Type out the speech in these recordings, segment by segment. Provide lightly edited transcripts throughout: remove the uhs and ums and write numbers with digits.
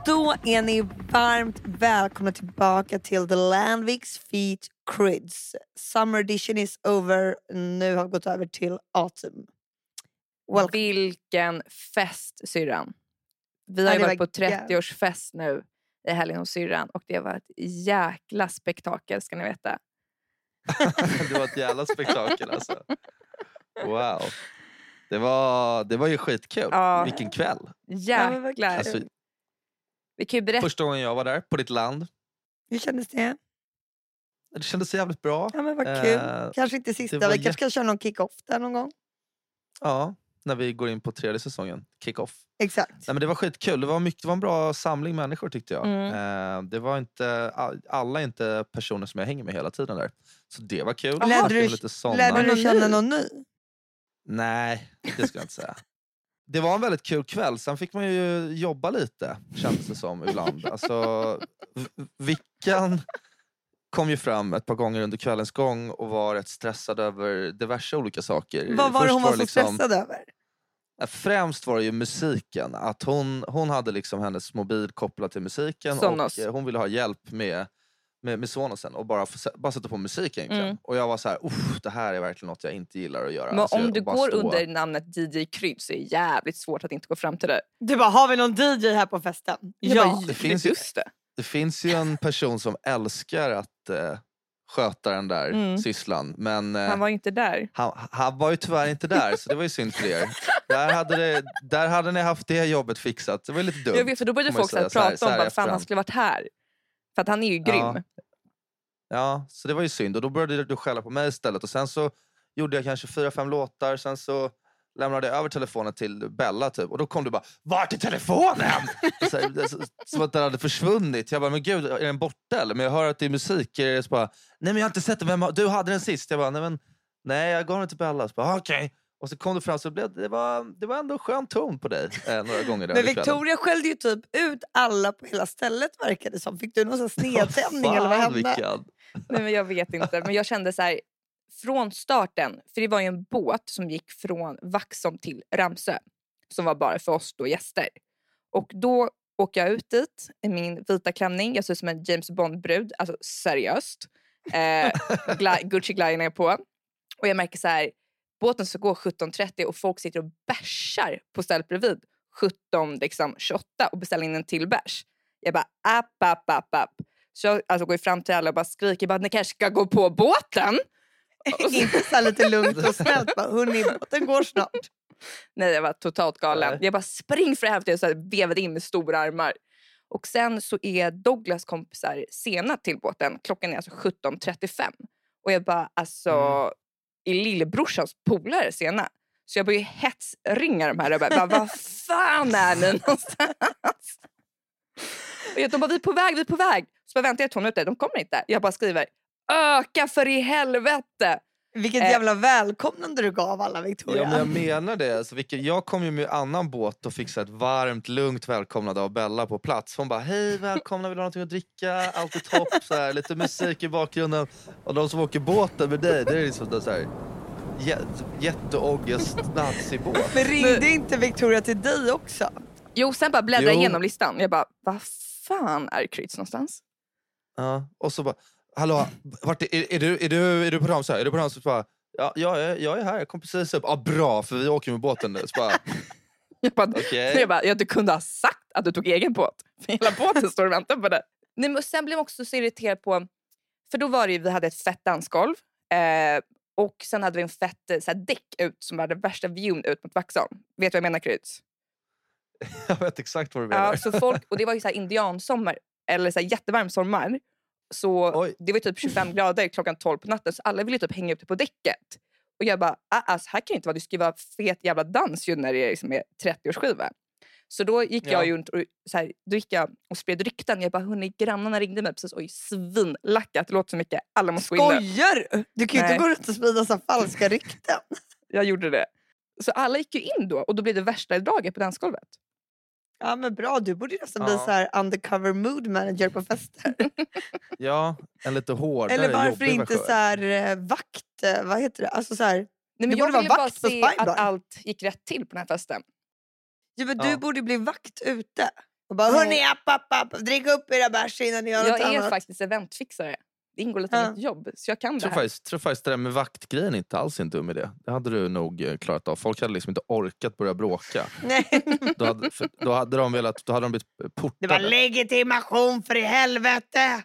Då är ni varmt välkomna tillbaka till The Landviks Feet Crids. Summer edition is over. Nu har vi gått över till autumn. Welcome. Vilken fest, syrran. Vi har ju varit på 30-årsfest nu i helgen hos syrran. Och det var ett jäkla spektakel, ska ni veta. Det var ett jävla spektakel alltså. Wow. Det var ju skitkul. Ja. Vilken kväll. Jäklar. Alltså, vi kan ju berätta. första gången jag var där på ditt land. Hur kändes det? Det kändes jävligt bra. Ja, men vad kul. Kanske inte sista. Vi kanske ska köra någon kick-off där någon gång. Ja, när vi går in på 3:e säsongen. Kick-off. Exakt. Nej, men det var skitkul. Det var en bra samling människor tyckte jag. Det var inte alla inte personer som jag hänger med hela tiden där. Så det var kul. Lärde du känna någon ny? Nej, det ska jag inte säga. Det var en väldigt kul kväll. Sen fick man ju jobba lite, kändes det som ibland. Alltså, Vickan kom ju fram ett par gånger under kvällens gång och var rätt stressad över diverse olika saker. Vad var det hon var så stressad över? Främst var det ju musiken. Att hon hade liksom hennes mobil kopplad till musiken. Sonos. Och hon ville ha hjälp med Sonosen och bara sätta på musik egentligen. Och jag var så här, det här är verkligen något jag inte gillar att göra. Men alltså, om du går under namnet DJ Kryd så är det jävligt svårt att inte gå fram till det. Du bara, har vi någon DJ här på festen? Ja, det finns ju en person som älskar att sköta den där sysslan. Men han var ju inte där. Han var ju tyvärr inte där, så det var ju synd för er. Där hade ni haft det jobbet fixat. Det var lite dumt. Jag vet, för då började folk prata om att fan han skulle varit här. För att han är ju grym. Ja, så det var ju synd. Och då började du skälla på mig istället. Och sen så gjorde jag kanske 4-5 låtar. Sen så lämnade jag över telefonen till Bella typ. Och då kom du bara, vart är telefonen? Så att den hade försvunnit. Jag bara, men gud, är den borta eller? Men jag hör att det är musik. Är det så bara, nej men jag har inte sett den. Du hade den sist. Jag bara, nej jag gav den till Bella. Så bara, okej. Och så kom du fram så det var ändå skön ton på dig några gånger. Men Victoria skällde ju typ ut alla på hela stället verkade som. Fick du någon sån snedtändning eller vad hände? Nej men jag vet inte. Men jag kände så här, från starten, för det var ju en båt som gick från Vaxholm till Ramsö. Som var bara för oss då gäster. Och då åker jag ut dit i min vita klänning. Jag ser ut som en James Bond-brud. Alltså seriöst. Gucci-glajjorna är på. Och jag märker så här, båten ska gå 17.30 och folk sitter och bärsar på stället bredvid 17:28 och beställer in en till bärs. Jag bara, app. Så jag alltså går fram till alla och bara skriker, bara, ni kanske ska gå på båten? Inte så lite lugnt och snällt, bara, hörni, båten går snart. Nej, jag var totalt galen. Jag bara spring för helvete och så vevade in med stora armar. Och sen så är Douglas kompisar sena till båten. Klockan är alltså 17:35. Och jag bara, alltså... i lillebrorsans polare sena. Så jag började hetsringa de här och bara, vad fan är ni någonstans? Och de bara, vi är på väg. Så bara väntar jag 2 minuter, de kommer inte. Jag bara skriver, öka för i helvete. Vilket jävla välkomnande du gav alla, Victoria. Ja, men jag menar det. Alltså, jag kom ju med annan båt och fick så ett varmt, lugnt välkomnande av Bella på plats. Hon bara, hej, välkomna, vill du ha någonting att dricka? Allt är topp, så här, lite musik i bakgrunden. Och de som åker båten med dig, det är liksom så här jätteångest nazi-båt. Men ringde inte Victoria till dig också? Jo, sen bara bläddra igenom listan. Jag bara, vad fan är Kryds någonstans? Ja, och så bara, hallå, är du på Ramsö? Är du på Ramsö? Bara, ja, jag är här, jag kom precis upp. Ja, bra, för vi åker med båten nu. Så bara, jag bara, du kunde ha sagt att du tog egen båt. För hela båten står och väntar på det. Nej, men sen blev jag också så irriterad på, för då var det ju, vi hade ett fett dansgolv. Och sen hade vi en fett så här, däck ut som hade värsta viewn ut mot Vaxholm. Vet du vad jag menar, Kryds? Jag vet exakt vad du menar. Ja, så folk, och det var ju så här indiansommar, eller så här jättevarm sommar. Så det var typ 25 grader klockan 12 på natten. Så alla ville typ hänga upp på däcket. Och jag bara, alltså här kan det inte vara. Det ska ju vara fet jävla dans ju när det är liksom 30-årsskiva. Så då gick jag ju och så här, då gick jag och spred rykten. Jag bara, hörni, grannarna ringde mig precis. Oj, svinlackat. Det låter så mycket. Alla måste gå in. Skojar du? Du kan ju inte gå runt och sprida så falska rykten. Jag gjorde det. Så alla gick ju in då. Och då blev det värsta draget på dansgolvet. Ja, men bra. Du borde nästan bli så här undercover mood manager på fester. Ja, en lite hårdare. Eller varför inte så här vakt, vad heter det? Alltså så här, nej, men jag ville bara se att allt gick rätt till på den här festen. Ja, men du borde bli vakt ute. Och bara, hörni, app, drick upp era bärs innan ni gör något Jag är annat. faktiskt eventfixare. Det ingår lite i mitt jobb, så jag kan det här. Jag tror faktiskt det där med vaktgrejen inte alls är en dum idé. Det hade du nog klarat av. Folk hade liksom inte orkat börja bråka. Nej. Då hade de blivit portade. Det var legitimation för i helvete.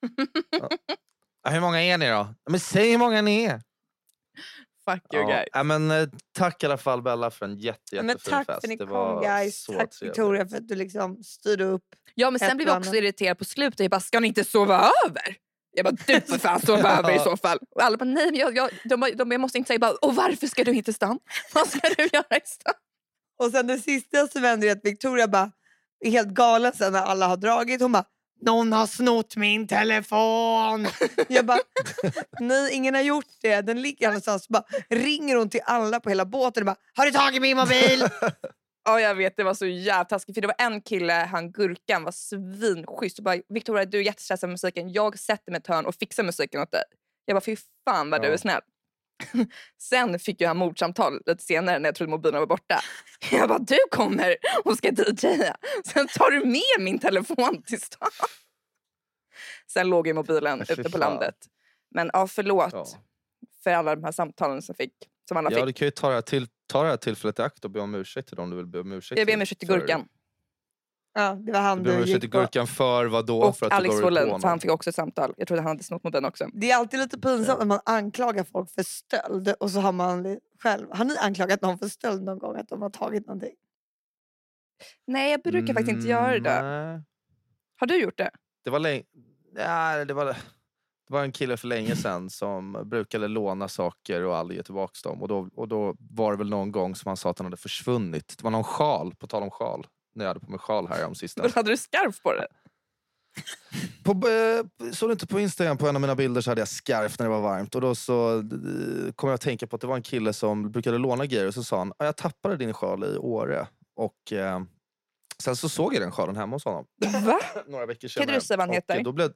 Ja, hur många är ni då? Men säg hur många ni är. Fuck you guys. Ja, men, tack i alla fall Bella för en jättefin Men tack fest. för att ni Det kom, var guys. så Tack trevligt. Victoria för att du liksom styrde upp. Ja, men sen ett blev jag och också annat. irriterad på slutet. Jag bara, ska ni inte sova över? Jag bara, du får fan sova över i så fall. Och alla bara, nej, men jag måste inte säga. Bara, och varför ska du inte i stan? Vad ska du göra i stan? Och sen det sista som händer är att Victoria bara är helt galen sen när alla har dragit. Hon bara, någon har snott min telefon. Jag bara, nej, ingen har gjort det. Den ligger någonstans. Så bara ringer hon till alla på hela båten och bara, har du tagit min mobil? Ja, jag vet, det var så jävla taskigt. För det var en kille, han Gurkan, var svinschysst. Och bara, Victoria, du är jättestressad med musiken. Jag sätter mig ett hörn och fixar musiken åt dig. Jag bara, fy fan vad du är snäll. Sen fick jag mordsamtal lite senare när jag trodde mobilen var borta. Jag bara, du kommer och ska DJa. Sen tar du med min telefon till stan. Sen låg ju mobilen ute på landet. Men ja, förlåt för alla de här samtalen som alla fick. Ja, du kan ju ta det här tillfället i akt och be om ursäkt till dem du vill be om ursäkt. Jag ber om ursäkt till Gurkan. Ja, det var han Du ber om ursäkt till Gurkan för vad då? Och för att Alex du Wåhlin, för han fick också ett samtal. Jag trodde han hade snott mobilen också. Det är alltid lite pinsamt när man anklagar folk för stöld. Och så har man själv. Har ni anklagat någon för stöld någon gång? Att de har tagit någonting? Nej, jag brukar faktiskt inte göra det. Nej. Har du gjort det? Det var länge... Ja, det var en kille för länge sedan som brukade låna saker och aldrig ge tillbaka dem. Och då var det väl någon gång som han sa att han hade försvunnit. Det var någon sjal, på tal om sjal. När jag hade på mig sjal här om sista. Hade du skarf på det? Såg du inte på Instagram på en av mina bilder så hade jag skarf när det var varmt. Och då så kom jag att tänka på att det var en kille som brukade låna grejer. Och så sa han, jag tappade din sjal i Åre. Och sen så såg jag den sjalen hemma hos honom. Va? Några veckor senare. Kan du säga vad han heter? Och då blev...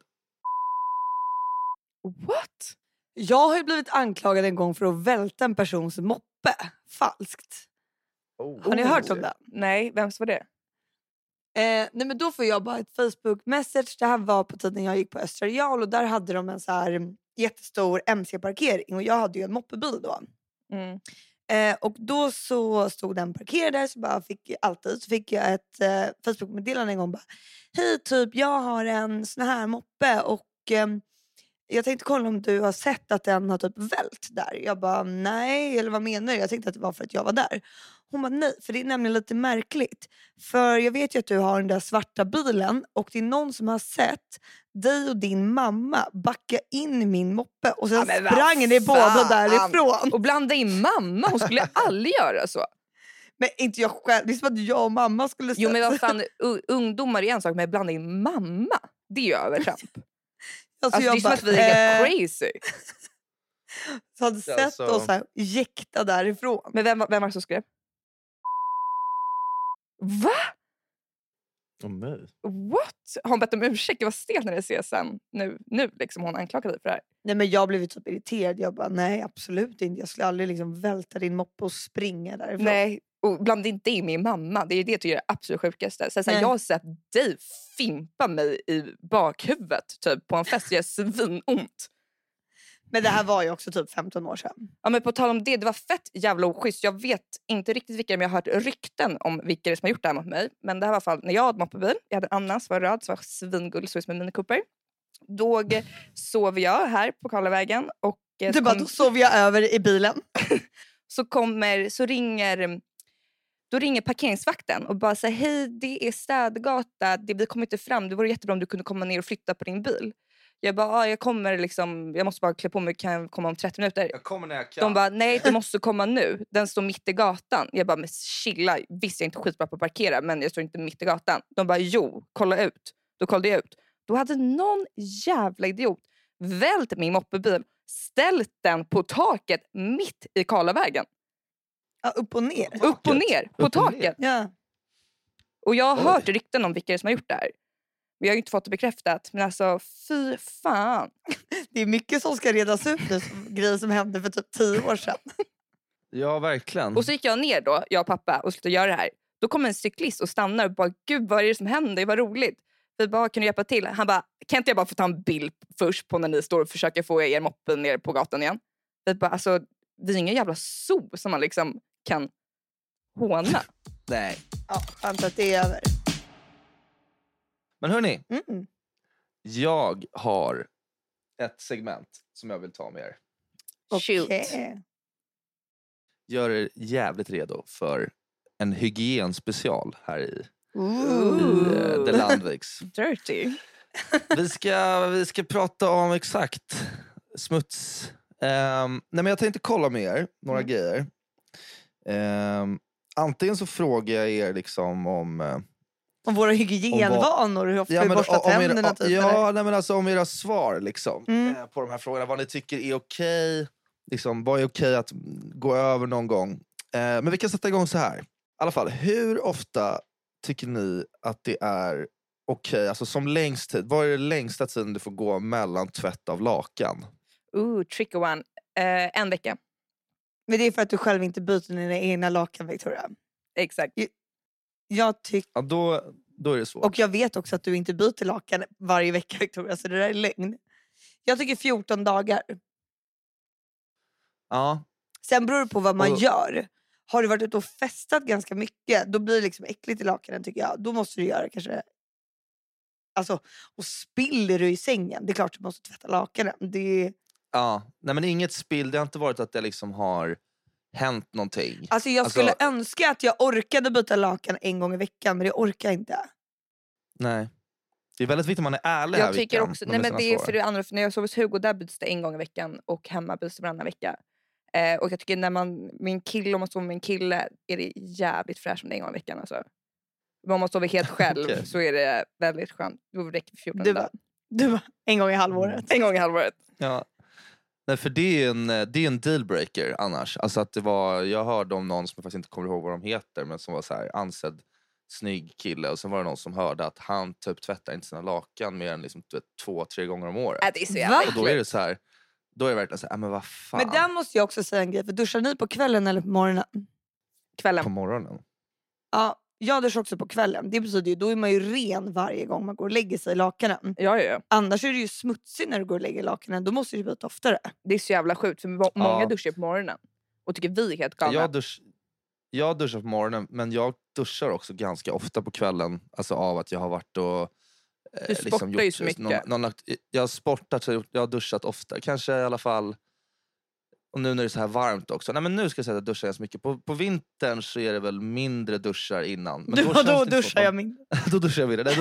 What? Jag har ju blivit anklagad en gång för att välta en persons moppe. Falskt. Har ni hört om det? Nej, vems var det? Nej, men då får jag bara ett Facebook-message. Det här var på tiden jag gick på Östra Real. Och där hade de en så här jättestor MC-parkering. Och jag hade ju en moppebil då. Mm. Och då så stod den parkerad där. Så fick jag ett Facebook-meddelande en gång. Bara, hej, typ jag har en sån här moppe. Och jag tänkte kolla om du har sett att den har typ vält där. Jag bara, nej, eller vad menar du? Jag tänkte att det var för att jag var där. Hon bara, nej, för det är nämligen lite märkligt. För jag vet ju att du har den där svarta bilen. Och det är någon som har sett dig och din mamma backa in i min moppe. Och sen sprang ni båda därifrån. Och blanda in mamma, hon skulle aldrig göra så. Men inte jag själv, det är som att jag och mamma skulle säga. Jo, men vad fan, ungdomar är en sak, med blanda in mamma. Det är ju övertramp. Alltså, det är som att vi är crazy. Så hade sett oss här jäkta därifrån. Men vem var det som skrev? Va? What? Har hon bett om ursäkt? Det var stelt när det ses sen. Nu liksom hon anklagade dig för det här. Nej, men jag blev ju typ irriterad. Jag bara, nej absolut inte. Jag skulle aldrig liksom välta din moppe och springa därifrån. Nej, och blanda inte in min mamma. Det är det jag tycker är det absolut sjukaste. Så jag har sett dig fimpa mig i bakhuvudet typ, på en fest. Jag är svinont. Men det här var ju också typ 15 år sedan. Ja, men på tal om det var fett jävla oschysst. Jag vet inte riktigt vilka, men jag har hört rykten om vilka som har gjort det här mot mig. Men det här var i alla fall när jag hade moppebil. Jag hade en annan som var röd, som var svingull, såg ut som en Mini Cooper. Då sov jag här på Karlavägen. Och du bara, då sov jag över i bilen. Då ringer parkeringsvakten och bara säger, hej, det är städgata. Vi kommer inte fram. Det vore jättebra om du kunde komma ner och flytta på din bil. Jag bara, jag kommer liksom, jag måste bara klä på mig, kan jag komma om 30 minuter? Jag kommer när jag kan. De bara, nej, du måste komma nu. Den står mitt i gatan. Jag bara, men chilla. Visst, jag är inte skitbra på att parkera, men jag står inte mitt i gatan. De bara, jo, kolla ut. Då kollade jag ut. Då hade någon jävla idiot vält min moppebil, ställt den på taket mitt i Karlavägen. Ja, upp och ner. Upp och ner, på taket. Ja. Och jag har hört rykten om vilka som har gjort det här. Vi har ju inte fått det bekräftat. Men alltså, fy fan. Det är mycket som ska redas ut nu. Grejer som hände för typ 10 år sedan. Ja, verkligen. Och så gick jag ner då, jag och pappa, och skulle göra det här. Då kommer en cyklist och stannar och bara, gud vad är det som händer? Vad roligt. Vi bara, kan du hjälpa till? Han bara, kan inte jag bara få ta en bild först på när ni står och försöker få er moppe ner på gatan igen? Vi bara, alltså, vi är ingen jävla zoo som man liksom kan håna. Nej. Ja, skönt att det är över. Men hörni, Mm. jag har ett segment som jag vill ta med er. Shoot. Okej. Gör er jävligt redo för en hygienspecial här i Ooh. The Landviks. Dirty. Vi ska prata om exakt smuts. Nej, men jag tänkte kolla med er några grejer. Antingen så frågar jag er liksom om våra hygienvanor, hur ofta vi borstar tänderna typ. Ja, nej, men alltså om era svar liksom, Mm. på de här frågorna. Vad ni tycker är okej. Liksom, vad är okej att gå över någon gång. Men vi kan sätta igång så här. I alla fall, hur ofta tycker ni att det är okej? Alltså som längst tid. Vad är det längsta tiden du får gå mellan tvätt av lakan? Tricky one. En vecka. Men det är för att du själv inte byter dina egna lakan, Victoria. Exakt. Jag tycker... Ja, då är det så. Och jag vet också att du inte byter lakan varje vecka, Victoria. Så det där är lögn. Jag tycker 14 dagar. Ja. Sen beror det på vad man gör. Har du varit ute och festat ganska mycket, då blir det liksom äckligt i lakanen tycker jag. Då måste du göra kanske... Alltså, och spiller du i sängen, det är klart du måste tvätta lakanen. Det... Ja, nej men inget spill. Det har inte varit att det liksom har hänt någonting. Alltså jag skulle önska att jag orkade byta lakan en gång i veckan, men det orkar jag inte. Nej. Det är väldigt viktigt att man är ärlig här. Jag tycker Vickan, också, nej men det är för det andra, för när jag sover hos Hugo där byts det en gång i veckan och hemma byts det varannan vecka. Och jag tycker när min kille, om man sover med en kille är det jävligt fräscht som det en gång i veckan alltså. Om man sover helt själv Okej. så är det väldigt skönt. Då räcker det 14 dagar. Du bara, en gång i halvåret. En gång i halvåret. Ja. Nej, för det är en dealbreaker annars. Alltså att det var, jag hörde om någon som jag faktiskt inte kommer ihåg vad de heter, men som var så här ansedd snygg kille, och sen var det någon som hörde att han typ tvättar inte sina lakan mer än liksom 2-3 gånger om året. Det är så jävla Och då är det så här, då är det verkligen så här, men vad fan. Men där måste jag också säga en grej, för duschar ni på kvällen eller på morgonen? Kvällen. På morgonen. Ja, jag duschar också på kvällen. Det betyder ju, då är man ju ren varje gång man går och lägger sig i lakanen. Ja. Annars är det ju smutsigt när du går och lägger i lakanen. Då måste du byta oftare. Det är så jävla sjukt för många duschar på morgonen. Och tycker vi är helt galna. Jag duschar på morgonen, men jag duschar också ganska ofta på kvällen. Alltså av att jag har varit och... Du sportar ju så mycket. Jag har sportat, så jag har duschat ofta. Kanske i alla fall... Och nu när det är så här varmt också. Nej, men nu ska jag säga att jag duschar ganska mycket. På vintern så är det väl mindre duschar innan. Men då duschar jag mindre. Då duschar jag mindre.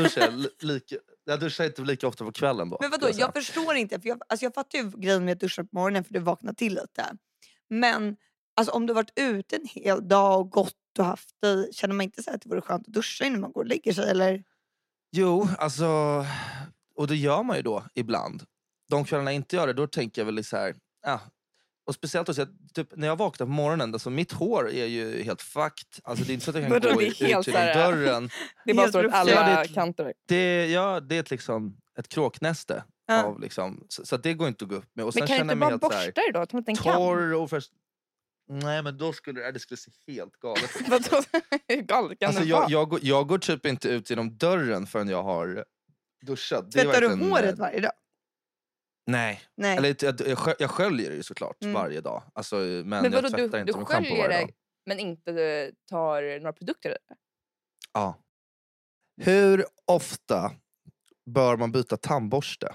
Jag duschar inte lika ofta på kvällen då. Men vadå, jag förstår inte. För jag fattar ju grejen med att duscha på morgonen för du vaknar till lite. Men alltså, om du har varit ute en hel dag och gått och haft dig, känner man inte så att det vore skönt att duscha innan man går och lägger sig? Eller? Jo, alltså... Och det gör man ju då ibland. De kvällarna jag inte gör det, då tänker jag väl så här... Ja. Och speciellt också, typ, när jag vaknar på morgonen, alltså mitt hår är ju helt fucked. Alltså det är inte så att jag kan gå ut genom dörren. Det är bara så att alla kanter. Det är ett, liksom, ett kråknäste. Av, liksom, så det går inte att gå upp med. Och men sen kan du inte bara borsta det då? Som att den torr och först... Nej, men då skulle det skulle se helt galet ut. Hur galet kan alltså, det vara? jag går typ inte ut genom dörren förrän jag har duschat. Tvättar du håret varje dag? Nej. Eller jag sköljer det ju såklart varje dag. Alltså, men jag vadå, tvättar inte med schampo varje dag. Men inte tar några produkter eller? Ja. Hur ofta bör man byta tandborste?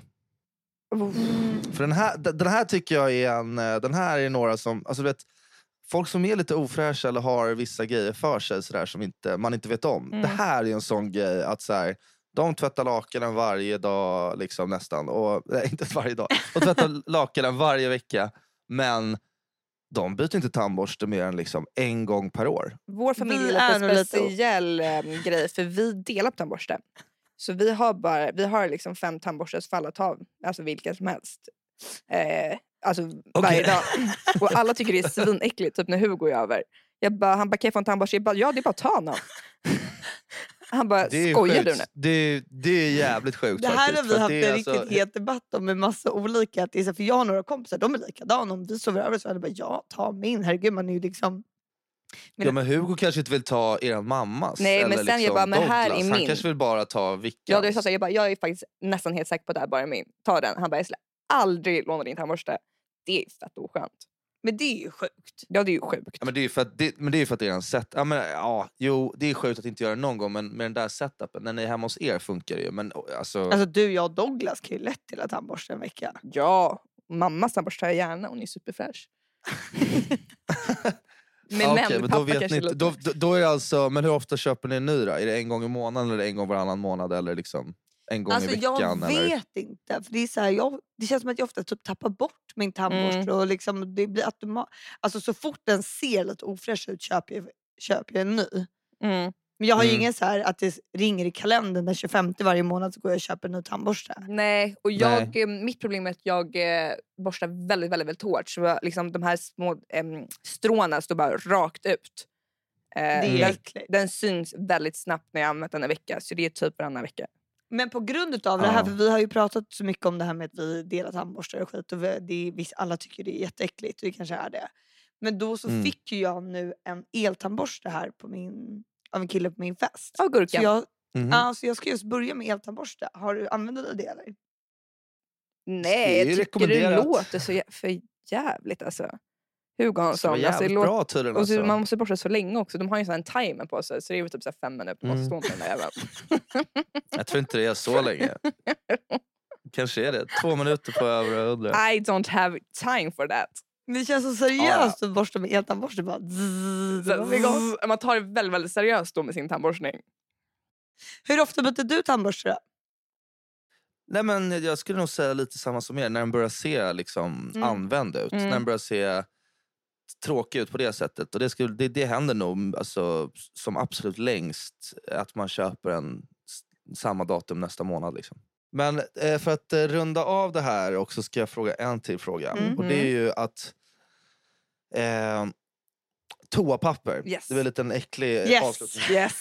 För den här tycker jag är den här är några som, alltså vet, folk som är lite ofräscha eller har vissa grejer för sig så där, som man inte vet om. Det här är en sån grej att så här, de tvättar lakanen varje dag liksom nästan, och nej, inte varje dag. De tvättar lakanen varje vecka, men de byter inte tandborste mer än liksom en gång per år. Vår familj är lite speciell grej, för vi delar på tandborste. Så vi har liksom 5 tandborstar för alla tar, alltså vilka som helst. Alltså varje dag. Och alla tycker det är svinäckligt, typ när Hugo är över. Han bara, kan jag få en tandborste? Jag bara, ja, det är bara att ta någon. Han bara, skojar du nu? Det är jävligt sjukt. Det här faktiskt, har vi haft en alltså... riktigt het debatt om med massa olika. Att det är så, för jag har några kompisar, de är likadana. Om vi sover över så är det bara, ja, ta min. Herregud, man är ju liksom... Ja, men Hugo kanske inte vill ta er mammas. Nej, men eller sen liksom jag bara, men här är Douglas. min. Han kanske vill bara ta vilken. Ja, det är så att jag är faktiskt nästan helt säker på att det här bara är min. Ta den. Han bara, jag skulle aldrig låna din tandborste. Det är fett oskönt. Men det är ju sjukt. Ja, det är ju sjukt. Ja, men det är ju för att det är en set. Ja, men jo, det är sjukt att inte göra det någon gång, men med den där setupen när ni är hemma hos er funkar det ju. Men Alltså du, jag och Douglas kan ju lätt dela tandborste en vecka. Ja, mammas tandborste tar jag gärna. Hon är superfräsch. Men okej, men då vet kanske ni inte. Då är det alltså, men hur ofta köper ni en ny då? Är det en gång i månaden eller en gång varannan månad eller liksom en gång i veckan? Jag eller? vet inte. För det är så här, det känns som att jag ofta typ tappar bort min tandborste och liksom, det blir alltså så fort den ser lite ofräsch ut köper jag en ny. Men jag har ju ingen så här att det ringer i kalendern den 25 varje månad så går jag och köper en ny tandborste. Nej, och mitt problem är att jag borstar väldigt, väldigt, väldigt hårt. Så liksom de här små stråna står bara rakt ut. Det är äckligt. Den syns väldigt snabbt när jag använder den en vecka. Så det är typ varannan vecka. Men på grund av det här, för vi har ju pratat så mycket om det här med att vi delar tandborstar och skit. Och alla tycker det är jätteäckligt och det kanske är det. Men då så fick ju jag nu en eltandborste här av en kille på min fest. Ja, gurka. Så jag ska just börja med eltandborste. Använder du det eller? Nej, jag tycker det låter så för jävligt alltså. Hugo Hansson. Det alltså, bra tydligen alltså. Och man måste borsta så länge också. De har ju en sån här timer på sig. Så det är typ så 5 minuter. Man måste stå med den där jäveln. Jag tror inte det är så länge. Kanske är det. 2 minuter på över 100. I don't have time for that. Det känns så seriöst att borsta med eltandborste. Bara man tar det väldigt, väldigt seriöst då med sin tandborstning. Hur ofta byter du tandborste då? Nej, men jag skulle nog säga lite samma som er. När den börjar se liksom använd ut. När den börjar se tråkig ut på det sättet. Och det händer nog alltså, som absolut längst att man köper en samma datum nästa månad. Liksom. Men för att runda av det här också ska jag fråga en till fråga. Och det är ju att toapapper. Yes. Det är väl lite en äcklig avslutning. Yes.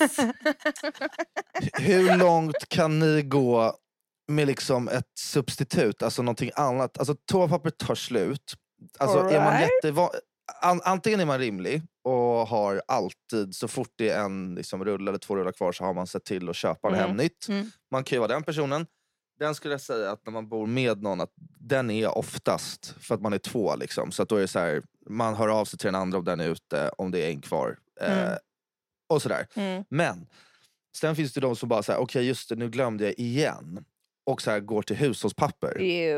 Hur långt kan ni gå med liksom ett substitut, alltså någonting annat? Alltså toapapper tar slut. Alltså är man antingen är man rimlig och har alltid, så fort det är en liksom, rulle eller 2 rullar kvar så har man sett till att köpa hem nytt. Man kan ju vara den personen. Den skulle jag säga att när man bor med någon att den är oftast för att man är 2 liksom. Så att då är det så här, man hör av sig till den andra om den är ute, om det är en kvar. Och sådär. Men sen finns det de som bara säger okej, just det, nu glömde jag igen. Och så här går till hushållspapper.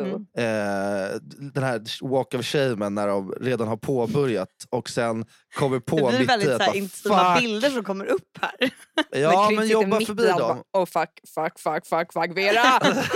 Den här walk of shame när de redan har påbörjat och sen kommer på det mitt i väldigt att intima bilder som kommer upp här. Ja, men jobba förbi dem. Oh fuck Vera.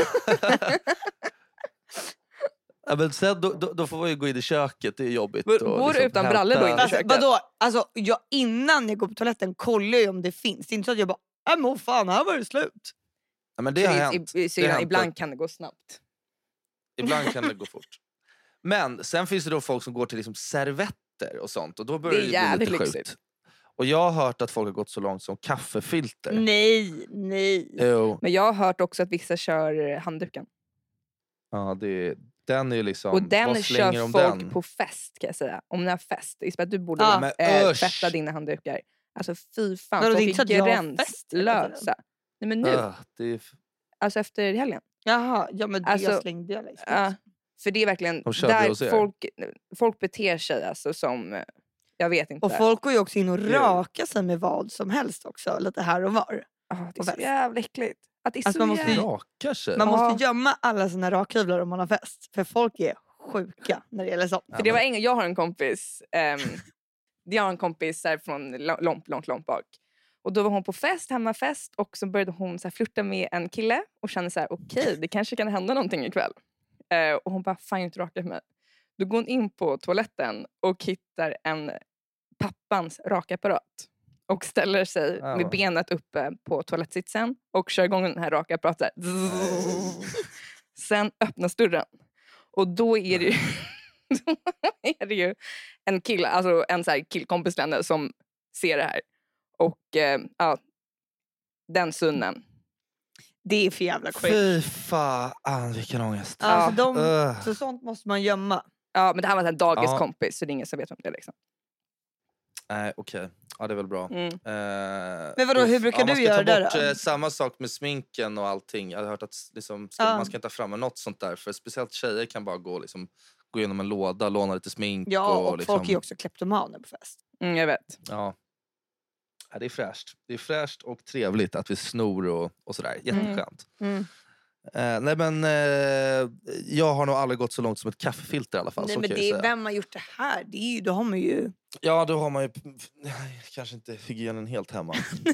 Ja, men sen då får man ju gå in i köket, det är jobbigt. Går du utan brallor då in i köket? Vadå? Alltså, innan jag går på toaletten kollar jag om det finns. Det är inte så att jag bara, men fan, här var det slut. Ja, men det har hänt. Ibland kan det gå snabbt. Ibland kan det gå fort. Men sen finns det då folk som går till liksom servetter och sånt. Och då börjar det bli lite sjukt. Och jag har hört att folk har gått så långt som kaffefilter. Nej. Jo. Men jag har hört också att vissa kör handduken. Ja, den är ju liksom... Och den kör folk på fest, kan jag säga. Om ni har fest. Isabel, du borde tvätta dina handdukar. Alltså fy fan, folk är gränslösa. Nej, men nu. Alltså efter helgen. Jaha, ja men det slängde jag liksom. För det är verkligen där folk beter sig alltså som, jag vet inte. Och folk går ju också in och raka sig med vad som helst också, lite här och var. Det är så jävla äckligt. Att det är alltså man måste gömma alla sina rakhyvlar om man har fest. För folk är sjuka när det gäller sånt. För det var jag har en kompis, jag har en kompis här från långt bak. Och då var hon på hemmafest och så började hon så här flirta med en kille och kände så här okej, det kanske kan hända någonting ikväll. Och hon bara, fan inte raka för mig. Då går hon in på toaletten och hittar en pappans rakapparat. Och ställer sig med benet uppe på toalettsitsen och kör igång den här rakapparaten. Sen öppnas dörren. Och då är det ju, en kille, alltså en så här killkompis till henne som ser det här. Och den synen. Det är för jävla cringe. Fy fan, vilken ångest. Alltså så sånt måste man gömma. Ja, men det här var en dagiskompis så det är ingen som vet om det liksom. Nej, okej. Ja, det är väl bra. Mm. Men vadå, hur brukar du göra det Man ska ta då? bort samma sak med sminken och allting. Jag har hört att liksom, man ska inte ta fram med något sånt där. För speciellt tjejer kan bara gå igenom en låda, låna lite smink. Ja, och liksom, folk är ju också kleptomaner på fest. Jag vet. Ja. Ja, det är fräscht. Det är fräscht och trevligt att vi snor och sådär. Jätteskönt. Nej men jag har nog aldrig gått så långt som ett kaffefilter i alla fall. Nej, så men kan det jag är, säga. vem har gjort det här? Det är ju, då har man ju... Ja, då har man ju kanske inte hygienen helt hemma.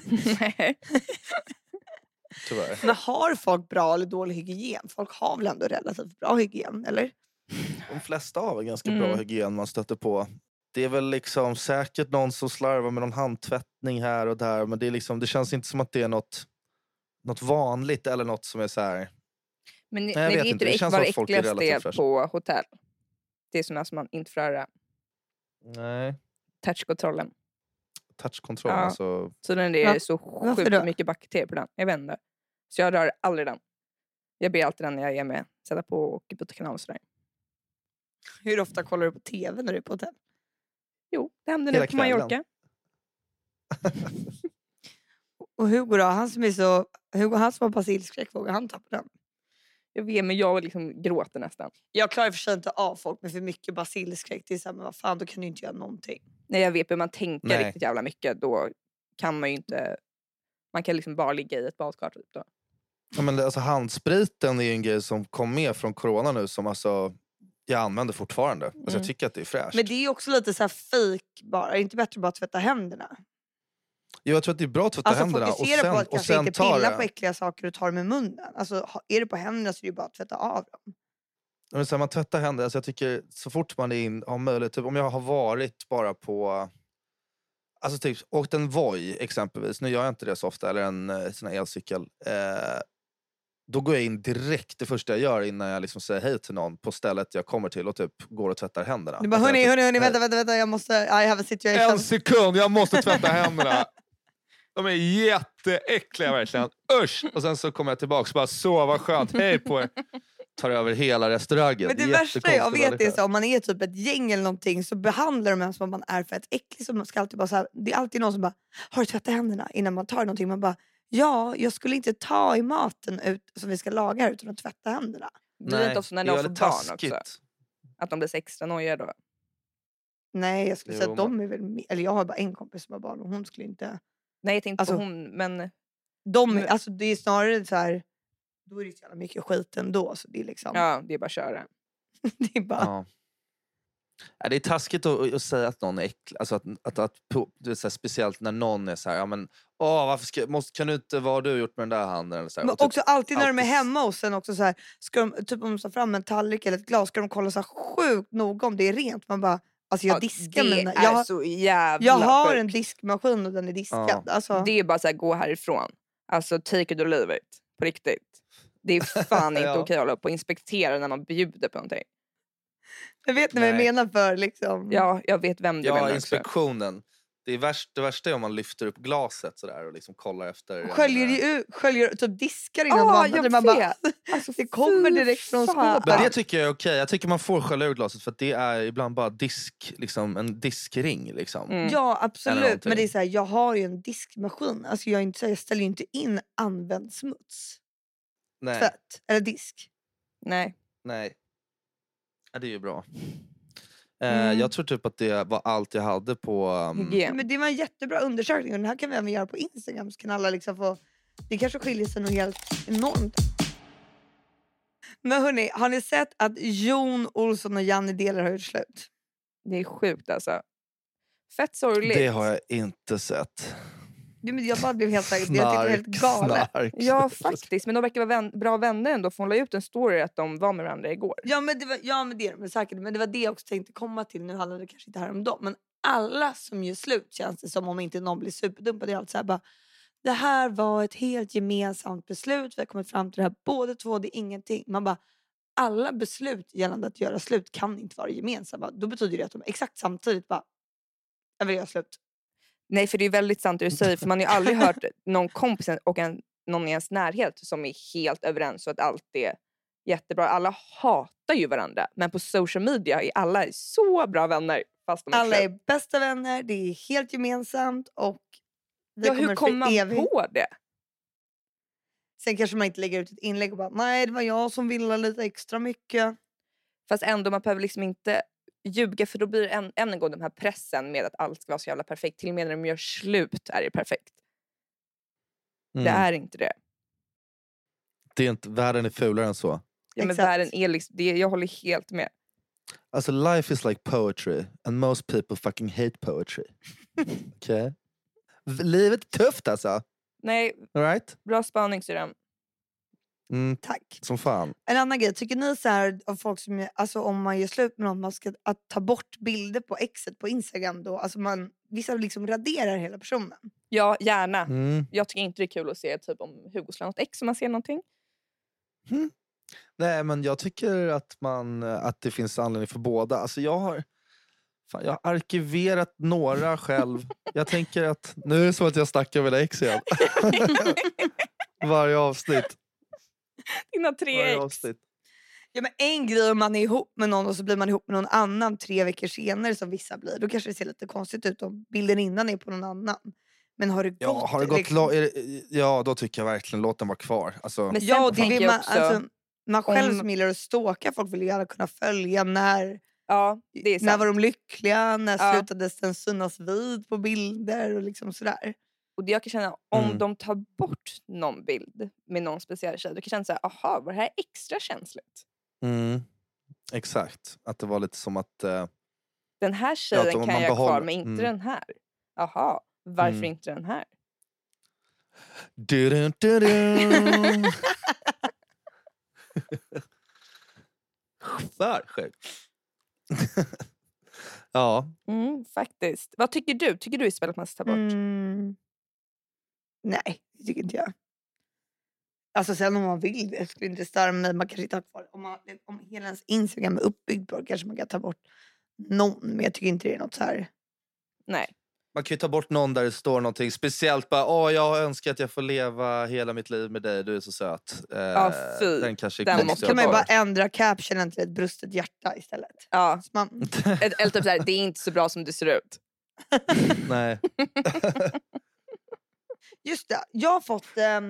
Tyvärr. Men har folk bra eller dålig hygien? Folk har väl ändå relativt bra hygien, eller? De flesta har väl ganska bra hygien man stöter på. Det är väl liksom säkert någon som slarvar med någon handtvättning här och där. Men det är liksom, det känns inte som att det är något vanligt eller något som är så här. Men jag det vet är inte. Det inte känns vad som att folk är äckligaste relativt är fräscha. på hotell. Det är sådana som man inte får röra. Nej. Touchkontrollen. Touchkontroll, Ja. alltså. Så den är så Varför då? sjukt mycket bakterier på den. Jag vet inte. Så jag rör aldrig den. Jag ber alltid den när jag är med. Sätta på och byta kanal och sådär. Hur ofta kollar du på tv när du är på hotell? Jo, det händer Hela nu på Mallorca. Och Hugo då? Han som har basilskräck, vågar han ta på den? Jag vet, men jag liksom gråter nästan. Jag klarar för sig inte av folk med för mycket basilskräck. Det är så här, men vad fan, då kan du inte göra någonting. När jag vet hur man tänker Nej. riktigt jävla mycket, då kan man ju inte... Man kan liksom bara ligga i ett badkar typ då. Ja, men alltså, handspriten är ju en grej som kom med från corona nu som alltså jag använder fortfarande. Alltså, jag tycker att det är fräscht. Men det är ju också lite så här fake bara. Är det inte bättre att bara tvätta händerna? Jo, jag tror att det är bra att tvätta händerna och fokusera på att och kanske sen inte ta pilla det. på äckliga saker och ta det med munnen. Alltså, är det på händerna så är det ju bara att tvätta av dem. Men så här, man tvättar händerna, alltså, jag tycker så fort man har möjlighet, typ, om jag har varit bara på alltså typ åkt en Voi exempelvis, nu gör jag inte det så ofta, eller en sån här elcykel, då går jag in direkt, det första jag gör innan jag liksom säger hej till någon på stället jag kommer till och typ går och tvättar händerna. Du bara, Alltså, hörni, vänta, jag måste, I have a situation. En sekund, jag måste tvätta händerna. De är jätteäckliga verkligen. Usch! Och sen så kommer jag tillbaka och bara, så vad skönt, hej på er. Tar över hela restaurangen. Men det är värsta jag vet är så så, om man är typ ett gäng eller någonting så behandlar de en som om man är för ett äcklig. Så man ska alltid bara så här, det är alltid någon som bara, har du tvättat händerna innan man tar någonting? Man bara, ja, jag skulle inte ta i maten ut, som vi ska laga här utan att tvätta händerna. Blir det inte också när de får barn också? Att de blir så extra nojiga då? Nej, jag skulle säga Jo, att de är väl, eller jag har bara en kompis som har barn och hon skulle inte. Nej, jag tänkte Alltså, på hon, men... Alltså det är snarare så här, då är det så jävla mycket skit ändå. Så det är liksom, Ja, det är bara att köra. det är bara... Ja. Ja, det är taskigt att säga att någon är äcklig. Alltså det är så här, speciellt när någon är så här, ja men varför kan du inte, vad har du gjort med den där handen? Eller så här. Men Och typ också alltid när de är alltid- hemma och sen också så här, ska de, typ om de tar fram en tallrik eller ett glas, ska de kolla så här sjukt noga om det är rent. Man bara, alltså jag diskar det mina... är så jävla Jag har sjukt. en diskmaskin och den är diskad. Ja. Alltså, Det är bara så här, gå härifrån. Alltså take it or leave it. På riktigt. Det är fan inte Ja. okej att hålla upp och inspektera när man bjuder på någonting. jag vet ni vad jag Nej. menar för liksom... Ja, jag vet vem du menar Ja, också. inspektionen. Det värsta är om man lyfter upp glaset sådär och liksom kollar efter... Sköljer typ diskar innan de Ja, använder det. jag Man bara, vet. Alltså, det kommer fy direkt från fan. skåpet. Men det tycker jag är okej. Jag tycker man får skölja ur glaset för att det är ibland bara liksom en diskring liksom. Mm. Ja, Eller absolut. någonting. Men det är så här, jag har ju en diskmaskin. Alltså jag ställer ju inte in använd smuts. Nej, Tvätt. Eller disk. Nej. nej. Ja, det är ju bra. Mm. Jag tror typ att det var allt jag hade på... Hygien. Men det var en jättebra undersökning och den här kan vi även göra på Instagram. Så kan alla liksom få... Det kanske skiljer sig något helt enormt. Men hörni, har ni sett att Jon Olsson och Janne Deler har gjort slut? Det är sjukt alltså. Fett sorgligt. Det har jag inte sett. Men jag bara blev helt säker. Jag tyckte det var helt galet. Snark. Ja, faktiskt. Men de verkar vara bra vänner ändå. För hon la ut en story att de var med varandra igår. Ja men det är de säkert. Men det var det jag också tänkte komma till. Nu handlar det kanske inte här om dem. Men alla som gör slut känns det som om inte någon blir superdumpad. Det är allt så här bara, det här var ett helt gemensamt beslut. Vi har kommit fram till det här båda två. Det är ingenting. Man bara, alla beslut gällande att göra slut kan inte vara gemensamma. Då betyder det att de exakt samtidigt bara, jag vill göra slut. Nej, för det är väldigt sant det du säger. För man har ju aldrig hört någon kompis och någon i ens närhet som är helt överens och att allt är jättebra. Alla hatar ju varandra. Men på social media är alla så bra vänner. Fast de är Alla slut. är bästa vänner, det är helt gemensamt och vi Ja, hur kom man på det? Sen kanske man inte lägger ut ett inlägg och bara nej det var jag som ville lite extra mycket. Fast ändå, man behöver liksom inte ljuga, för då blir det än en gång den här pressen med att allt ska vara så jävla perfekt. Till och med när de gör slut är det perfekt. Det är inte det. Det är inte, världen är fulare än så. Ja, men Exakt. världen är liksom, jag håller helt med. Alltså life is like poetry and most people fucking hate poetry. Okej? Livet är tufft alltså. Nej, All right? bra spaning syrran. Tack. Som fan. En annan grej, tycker ni så här av folk som, alltså om man gör slut med någon, man ska att ta bort bilder på exet på Instagram då, alltså vissa liksom raderar hela personen. Ja, gärna. Mm. Jag tycker inte det är kul att se typ om Hugo slår något ex om man ser någonting. Nej, men jag tycker att det finns anledning för båda. Alltså jag har arkiverat några själv. Jag tänker att nu är det så att jag snackar med ex igen. Varje avsnitt. Dina 3 Varje ex. avsnitt. Ja men en grej om man är ihop med någon och så blir man ihop med någon annan 3 veckor senare som vissa blir. Då kanske det ser lite konstigt ut om bilden innan är på någon annan. Men har det gått... Ja, har det gått liksom, ja, då tycker jag verkligen låt den vara kvar. Alltså, Men sen ja, det tänker vill jag man, också... alltså, man själv om- som gillar att stalka folk vill ju gärna kunna följa när det är sant. när var de lyckliga, när Ja. slutades den synas vid på bilder och liksom sådär. Och det jag kan känna, om de tar bort någon bild med någon speciell tjej, då kan jag känna så här, aha, var det här extra känsligt? exakt. Att det var lite som att... Den här att tjejen om kan man jag ha kvar, behåller- men inte den här. Aha, varför inte den här? För sjukt. Ja. Faktiskt. Vad tycker du? Tycker du Isabel att man ska ta bort? Nej, det tycker inte jag. Alltså sen om man vill det skulle inte störa mig. Man kanske inte har kvar. Om hela ens Instagram är uppbyggd på det, kanske man kan ta bort någon. Men jag tycker inte det är något så här. Nej. Man kan ju ta bort någon där det står någonting speciellt. Bara, jag önskar att jag får leva hela mitt liv med dig. Du är så söt. Fy. Den kanske Den är måste konstig Kan man ju att bara ta. ändra captionen till ett brustet hjärta istället. Ja. Så man, Eller typ såhär, det är inte så bra som det ser ut. Nej. just det, jag har fått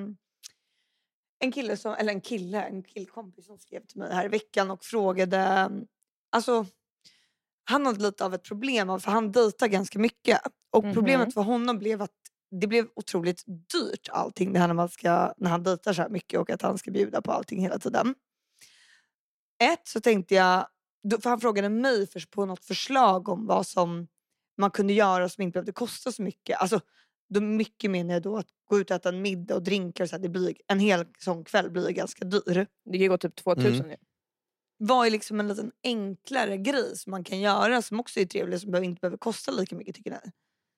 en killkompis som skrev till mig här i veckan och frågade, alltså han hade lite av ett problem för han dejtar ganska mycket och problemet för honom blev att det blev otroligt dyrt allting det här när han dejtar så här mycket och att han ska bjuda på allting hela tiden. Så tänkte jag, för han frågade mig på något förslag om vad som man kunde göra som inte behövde kosta så mycket. Alltså då mycket menar jag då att gå ut och äta en middag och drinkar så här, det blir en hel sån kväll blir ganska dyr. Det kan ju gå typ 2000 nu. Vad är liksom en liten enklare grej som man kan göra som också är trevlig som inte behöver kosta lika mycket tycker ni?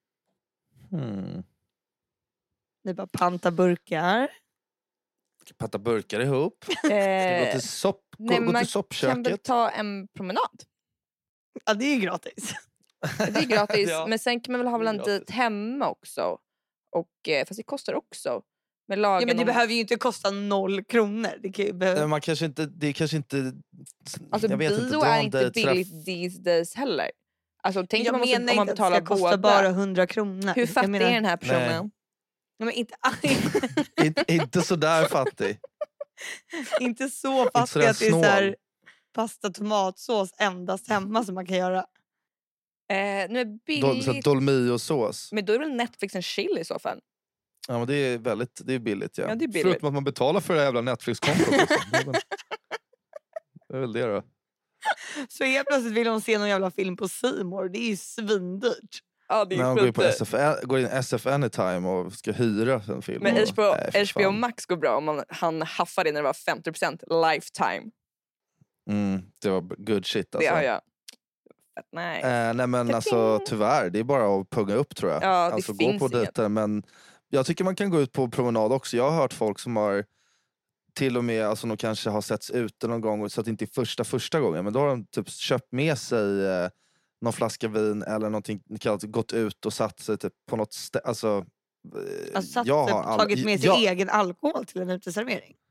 Ni bara panta burkar. Patta burkar ihop. Ska gå till Nej, gå man till soppköket. kan väl ta en promenad. Ja det är ju gratis. Det är gratis. Ja. Men sen kan man väl ha väl en Det är gratis. dejt hemma också. Och, fast det kostar också. Med lagen Ja, men det om... behöver ju inte kosta 0 kronor. Det kan ju behöva... Man kanske inte, det är kanske inte... Alltså jag vet bio inte, dra är en inte dejt, billigt these days heller. Alltså tänk Jag om menar man inte att det betalar ska kosta båda. bara 100 kronor. Hur fattig jag menar... är den här personen? Ja, men inte, inte sådär fattig. inte så fattig sådär att det är så här, snål. pasta tomatsås endast hemma som man kan göra. Nu är billigt. Dolmio-sås. Men då är det väl Netflix and chill i så fall. Ja, men det är billigt. Ja. Ja, det är billigt. Förutom att man betalar för det här jävla Netflix-kontot. Liksom. Det är väl det då. Så helt plötsligt vill de se någon jävla film på C More. Det är ju svindyrt. Ja, det När är man går in på skitdyrt. går in SF Anytime och ska hyra en film. Men och, HBO, nej, för HBO fan. Max går bra om han haffade det när det var 50% lifetime. Det var good shit alltså. Det har jag. Nej. Nej men alltså tyvärr, det är bara att punga upp tror jag. Ja, det alltså gå finns på inget. dejter, men jag tycker man kan gå ut på promenad också. Jag har hört folk som har till och med, alltså de kanske har setts ute någon gång så att det inte är första gången, men då har de typ köpt med sig någon flaska vin eller någonting, gått ut och satt sig typ på något ställe, alltså Alltså, jag har tagit med sig egen alkohol till en uteservering.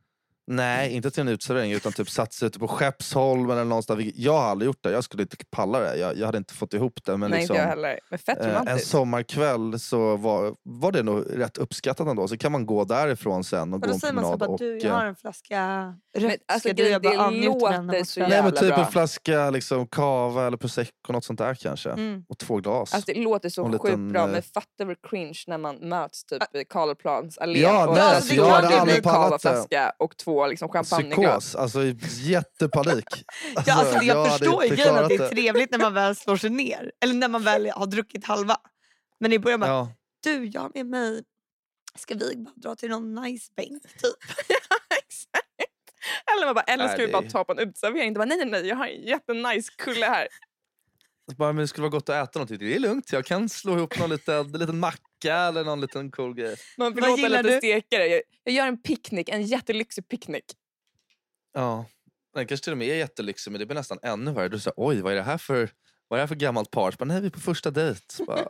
Nej, inte till en utservering utan typ satsa ute på Skeppsholm eller någonstans. Jag har aldrig gjort det. Jag skulle inte palla det. Jag hade inte fått ihop det. Men Nej, liksom, inte jag heller. Men fett romantiskt. en sommarkväll så var det nog rätt uppskattat ändå. Så kan man gå därifrån sen och gå då en säger man så promenad. bara, du, jag har en flaska rött. Men, alltså, ska du det bara njuta den låter här så kvällen? Nej, men jävla typ bra. en flaska liksom, cava eller prosecco, något sånt där kanske. Och 2 glas. Alltså det låter så Och en sjukt liten, bra, men fatta vad cringe när man möts typ i Karlaplans allé. Ja, och nej, där alltså, står jag hade det aldrig en pallat cavaflaska och 2 liksom champagneglas. Psykos, alltså jättepanik. Ja, alltså, jag hade förstår ju inte grejen att det är klarat trevligt när man väl slår sig ner. Eller när man väl har druckit halva. Men i början bara, Ja. du, jag har med mig, ska vi bara dra till någon nice bänk typ? Exakt. Eller ska Nej, vi bara det- ta på en uteservering? Nej, jag har en jättenice kulle här. Bara, men det skulle vara gott att äta någonting. Det är lugnt, jag kan slå ihop någon liten macka eller någon liten cool grej. Man vill Vad låta gillar lite du? stekare. Jag gör en picknick, en jättelyxig picknick. Ja, den kanske till och med är jättelyxig, men det blir nästan ännu värre. Du säger, oj, vad är det här för gammalt par? Så bara, nej, vi är på första dejt. Så bara,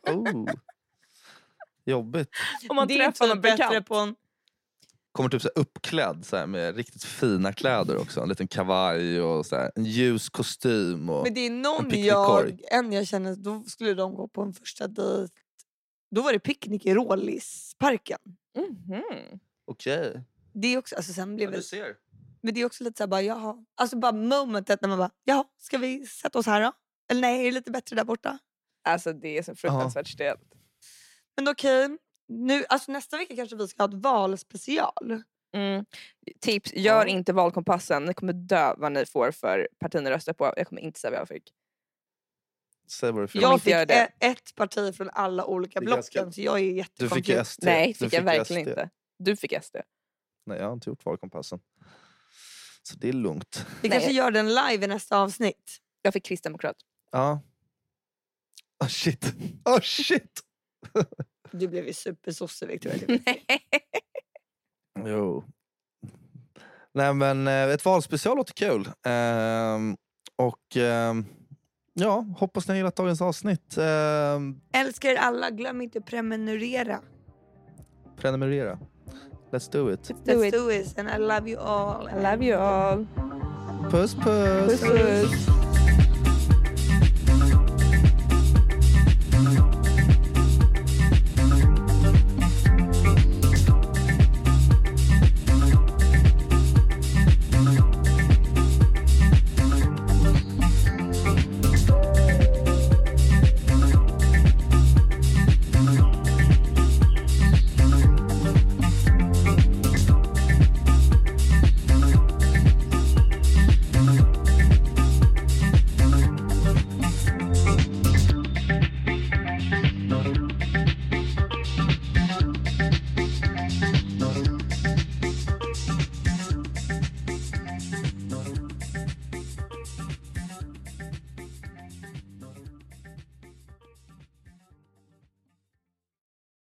jobbigt. Om man Det är träffar någon typ bättre bekant. på en... Kommer typ så här uppklädd så här, med riktigt fina kläder också. En liten kavaj och så här, en ljus kostym. Och Men det är en någon picknickkorg. jag känner, då skulle de gå på en första dejt. Då var det picknick i Rålisparken. Mhm. Okej. Det är också, alltså sen blev Du det, ser. men det är också lite såhär bara, jaha. Alltså bara momentet när man bara, jaha, ska vi sätta oss här då? Eller nej, är det lite bättre där borta? Alltså det är så fruktansvärt stelt. Men okej, nu, alltså nästa vecka kanske vi ska ha ett valspecial. Tips, gör Ja. inte valkompassen. Ni kommer dö vad ni får för parti ni röstar på. Jag kommer inte säga vad jag fick. Säg vad du fick. Jag Jag inte fick göra det. ett parti från alla olika Det är blocken, ganska- så jag är Du fick jättekonfused. SD. Nej, Du fick jag verkligen SD. inte. Du fick SD. Nej, jag har inte gjort valkompassen. Så det är lugnt. Vi kanske gör den live i nästa avsnitt. Jag fick kristdemokrat. Ja. Oh shit. Oh shit. Du blev ju supersosse, Victoria. Jo. Nej, men ett valspecial låter kul. Ja, hoppas ni har gillat dagens avsnitt. Älskar er alla, glöm inte prenumerera. Prenumerera. Let's do it. Let's do it and I love you all. I love you all. Puss, puss. Puss puss.